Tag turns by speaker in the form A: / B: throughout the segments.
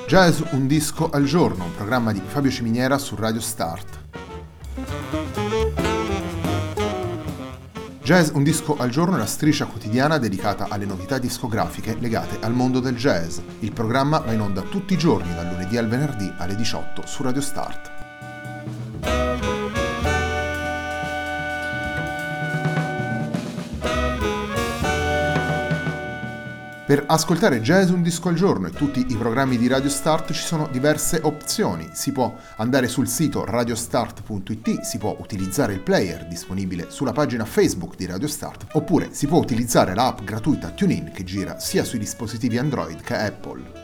A: Jazz un disco al giorno, un programma di Fabio Ciminiera su Radio Start. Jazz un disco al giorno è una striscia quotidiana dedicata alle novità discografiche legate al mondo del jazz. Il programma va in onda tutti i giorni, dal lunedì al venerdì alle 18 su Radio Start. Per ascoltare Jazz un disco al giorno e tutti i programmi di Radio Start ci sono diverse opzioni. Si può andare sul sito radiostart.it, si può utilizzare il player disponibile sulla pagina Facebook di Radio Start, oppure si può utilizzare l'app gratuita TuneIn che gira sia sui dispositivi Android che Apple.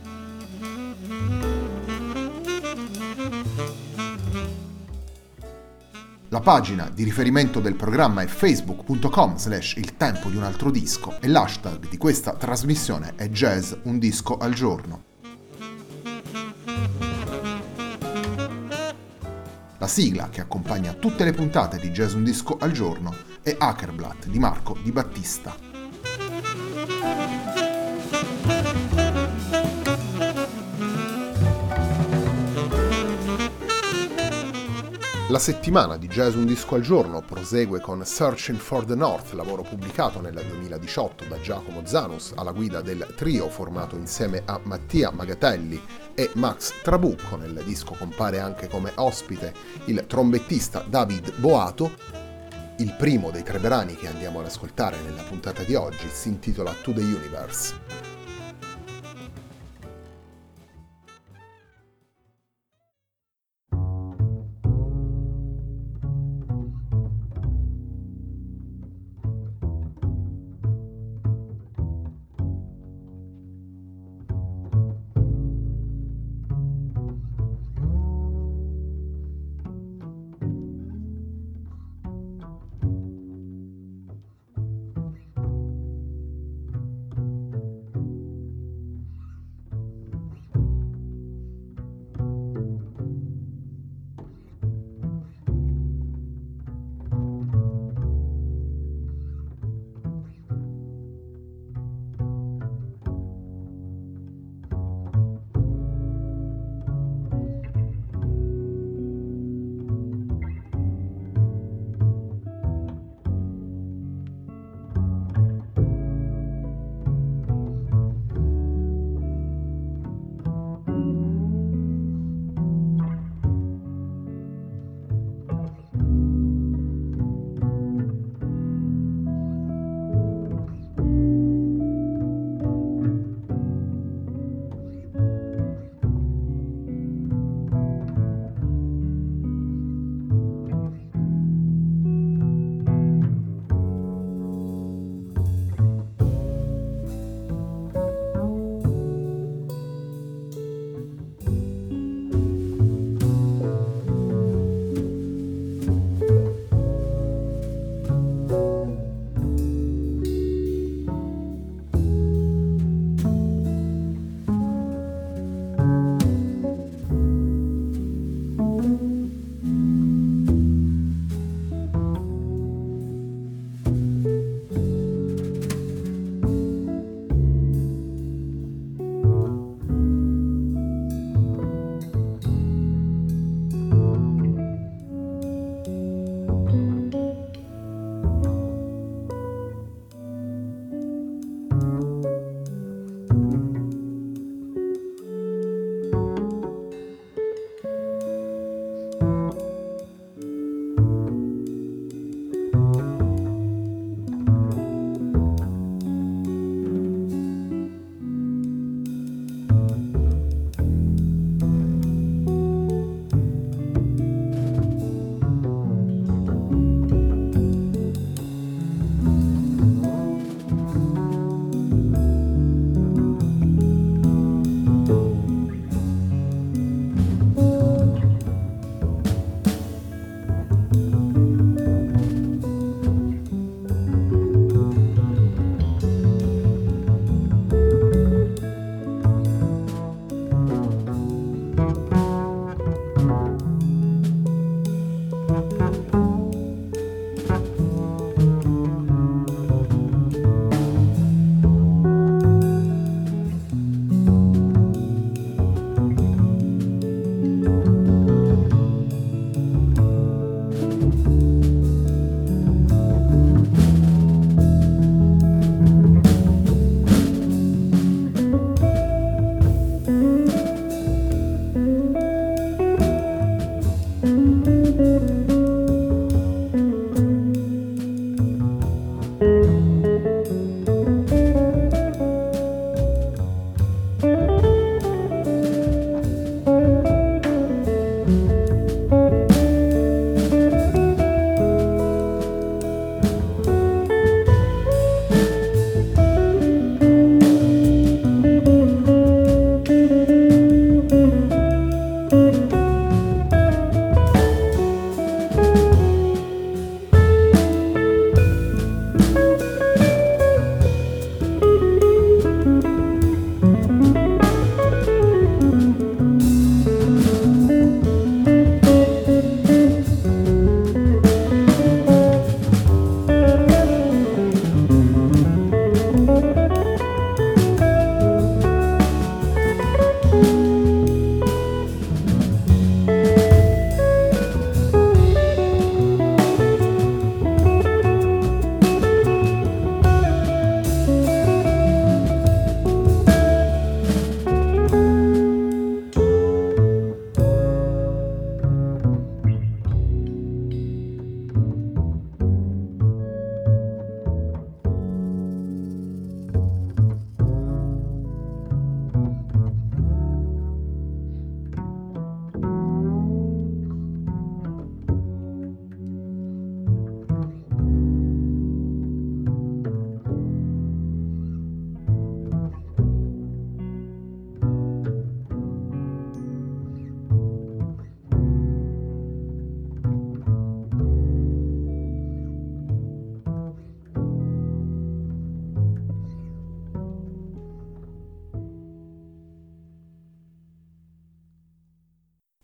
A: La pagina di riferimento del programma è facebook.com/il tempo di un altro disco e l'hashtag di questa trasmissione è Jazz un disco al giorno. La sigla che accompagna tutte le puntate di Jazz un disco al giorno è Akerblatt di Marco Di Battista. La settimana di Jazz un disco al giorno prosegue con Searching for the North, lavoro pubblicato nel 2018 da Giacomo Zanus alla guida del trio formato insieme a Mattia Magatelli e Max Trabucco. Nel disco compare anche come ospite il trombettista David Boato. Il primo dei 3 brani che andiamo ad ascoltare nella puntata di oggi si intitola To the Universe.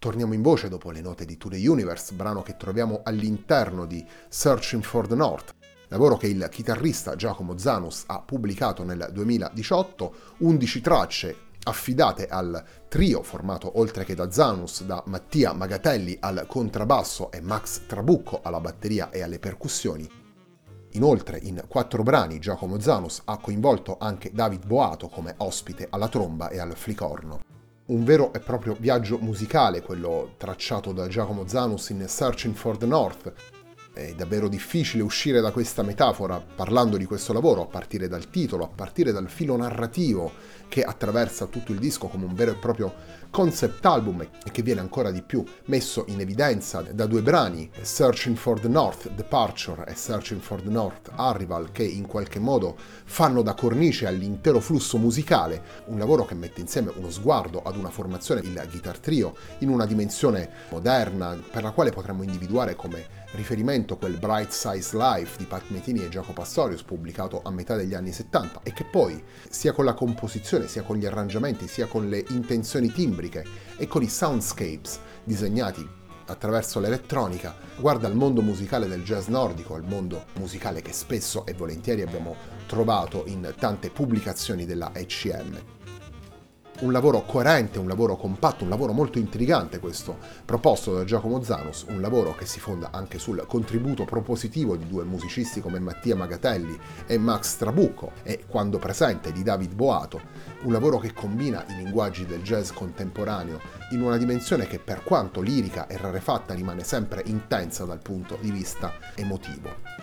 A: Torniamo in voce dopo le note di To The Universe, brano che troviamo all'interno di Searching for the North, lavoro che il chitarrista Giacomo Zanus ha pubblicato nel 2018, 11 tracce affidate al trio formato oltre che da Zanus da Mattia Magatelli al contrabbasso e Max Trabucco alla batteria e alle percussioni. Inoltre in 4 brani Giacomo Zanus ha coinvolto anche David Boato come ospite alla tromba e al flicorno. Un vero e proprio viaggio musicale quello tracciato da Giacomo Zanus in Searching for the North. È davvero difficile uscire da questa metafora parlando di questo lavoro, a partire dal titolo, a partire dal filo narrativo che attraversa tutto il disco come un vero e proprio concept album e che viene ancora di più messo in evidenza da 2 brani, Searching for the North Departure e Searching for the North Arrival, che in qualche modo fanno da cornice all'intero flusso musicale, un lavoro che mette insieme uno sguardo ad una formazione, il Guitar Trio, in una dimensione moderna per la quale potremmo individuare come riferimento quel Bright Size Life di Pat Metheny e Jaco Pastorius pubblicato a metà degli anni 70 e che poi sia con la composizione, sia con gli arrangiamenti, sia con le intenzioni timbriche e con i soundscapes disegnati attraverso l'elettronica guarda al mondo musicale del jazz nordico, al mondo musicale che spesso e volentieri abbiamo trovato in tante pubblicazioni della ECM. Un lavoro coerente, un lavoro compatto, un lavoro molto intrigante questo, proposto da Giacomo Zanus, un lavoro che si fonda anche sul contributo propositivo di 2 musicisti come Mattia Magatelli e Max Trabucco e, quando presente, di David Boato, un lavoro che combina i linguaggi del jazz contemporaneo in una dimensione che, per quanto lirica e rarefatta, rimane sempre intensa dal punto di vista emotivo.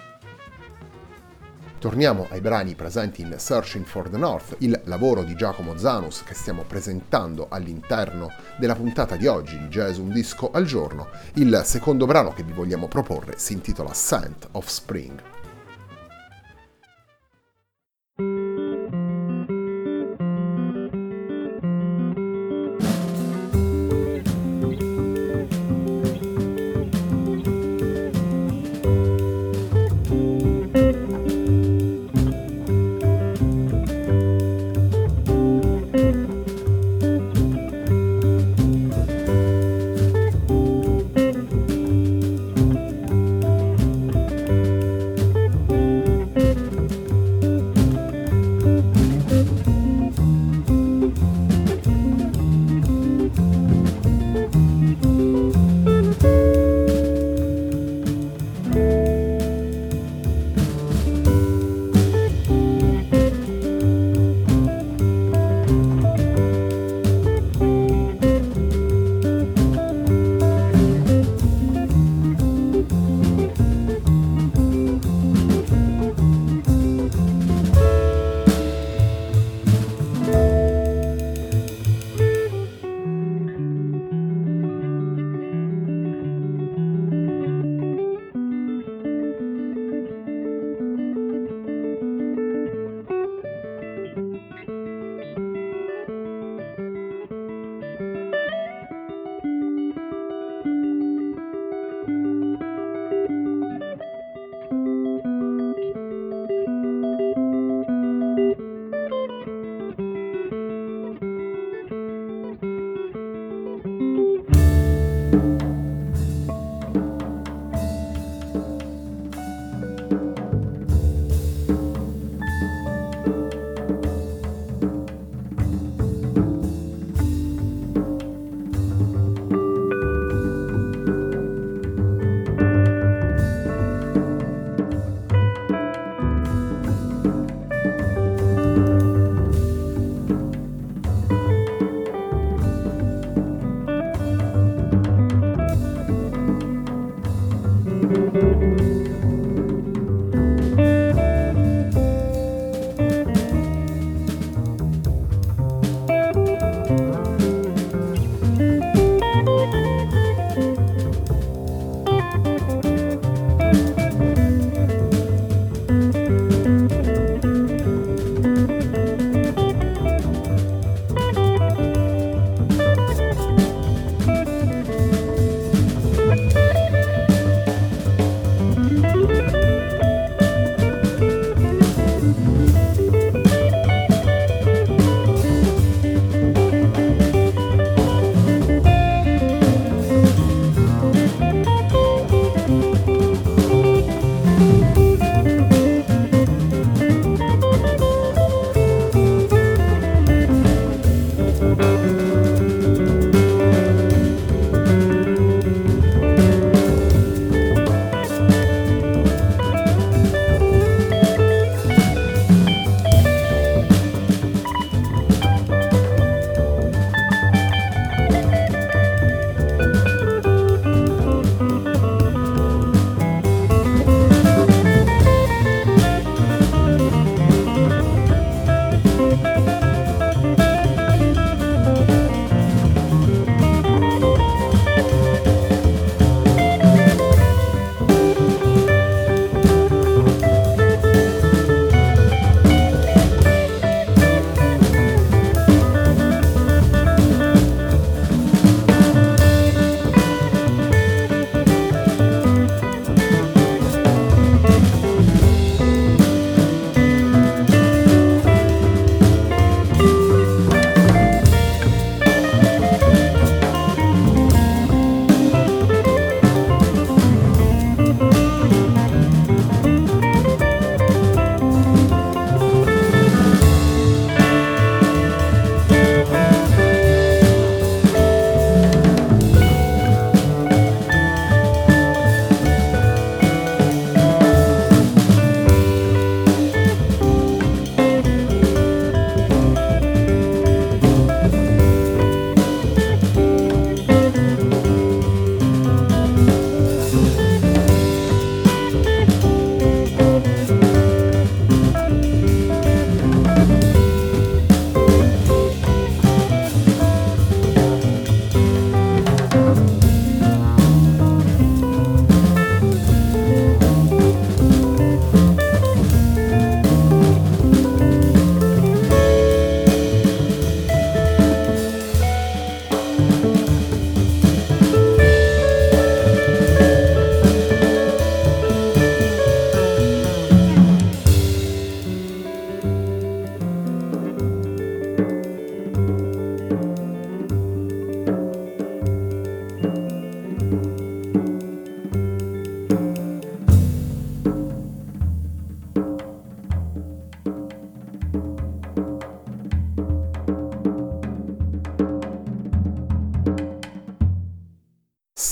A: Torniamo ai brani presenti in Searching for the North, il lavoro di Giacomo Zanus che stiamo presentando all'interno della puntata di oggi di Jazz Un Disco al Giorno. Il secondo brano che vi vogliamo proporre si intitola Scent of Spring.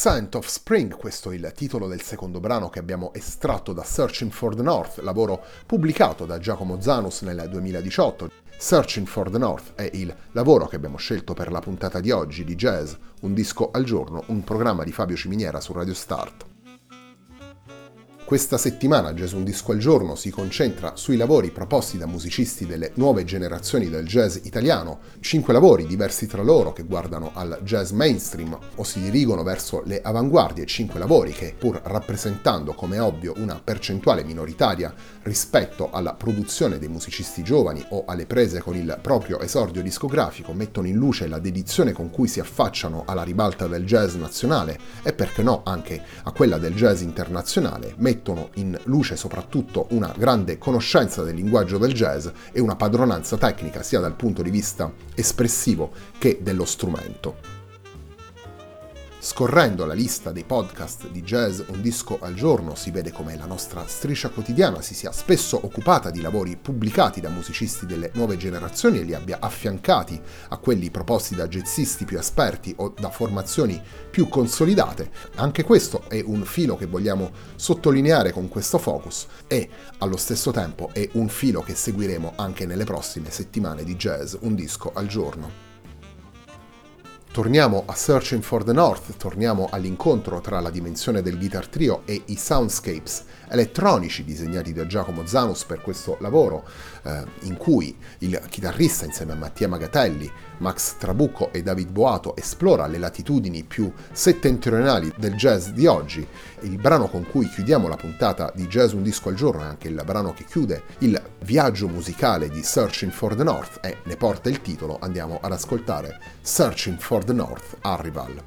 A: Scent of Spring, questo è il titolo del secondo brano che abbiamo estratto da Searching for the North, lavoro pubblicato da Giacomo Zanus nel 2018. Searching for the North è il lavoro che abbiamo scelto per la puntata di oggi di Jazz, un disco al giorno, un programma di Fabio Ciminiera su Radio Start. Questa settimana Jazz Un Disco al Giorno si concentra sui lavori proposti da musicisti delle nuove generazioni del jazz italiano, 5 lavori diversi tra loro che guardano al jazz mainstream o si dirigono verso le avanguardie, 5 lavori che, pur rappresentando come ovvio una percentuale minoritaria rispetto alla produzione dei musicisti giovani o alle prese con il proprio esordio discografico, mettono in luce la dedizione con cui si affacciano alla ribalta del jazz nazionale e perché no anche a quella del jazz internazionale, mettono in luce soprattutto una grande conoscenza del linguaggio del jazz e una padronanza tecnica sia dal punto di vista espressivo che dello strumento. Scorrendo la lista dei podcast di Jazz Un Disco al Giorno si vede come la nostra striscia quotidiana si sia spesso occupata di lavori pubblicati da musicisti delle nuove generazioni e li abbia affiancati a quelli proposti da jazzisti più esperti o da formazioni più consolidate. Anche questo è un filo che vogliamo sottolineare con questo focus e allo stesso tempo è un filo che seguiremo anche nelle prossime settimane di Jazz Un Disco al Giorno. Torniamo a Searching for the North, torniamo all'incontro tra la dimensione del guitar trio e i soundscapes elettronici disegnati da Giacomo Zanus per questo lavoro, in cui il chitarrista insieme a Mattia Magatelli, Max Trabucco e David Boato esplora le latitudini più settentrionali del jazz di oggi. Il brano con cui chiudiamo la puntata di Jazz Un Disco al Giorno è anche il brano che chiude il viaggio musicale di Searching for the North e ne porta il titolo. Andiamo ad ascoltare Searching for the North, Arrival.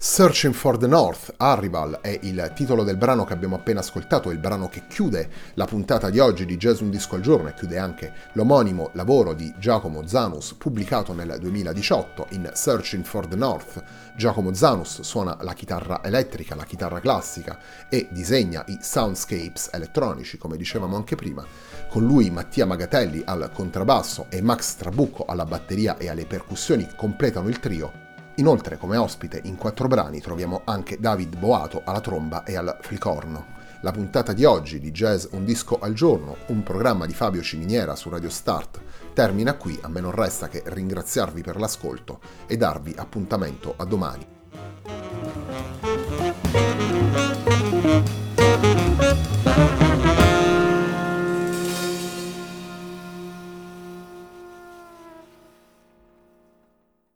A: Searching for the North, Arrival è il titolo del brano che abbiamo appena ascoltato, è il brano che chiude la puntata di oggi di Jazz Un Disco al Giorno e chiude anche l'omonimo lavoro di Giacomo Zanus pubblicato nel 2018 in Searching for the North. Giacomo Zanus suona la chitarra elettrica, la chitarra classica e disegna i soundscapes elettronici, come dicevamo anche prima. Con lui Mattia Magatelli al contrabbasso e Max Trabucco alla batteria e alle percussioni completano il trio. Inoltre, come ospite in 4 brani troviamo anche David Boato alla tromba e al flicorno. La puntata di oggi di Jazz Un Disco al Giorno, un programma di Fabio Ciminiera su Radio Start, termina qui. A me non resta che ringraziarvi per l'ascolto e darvi appuntamento a domani.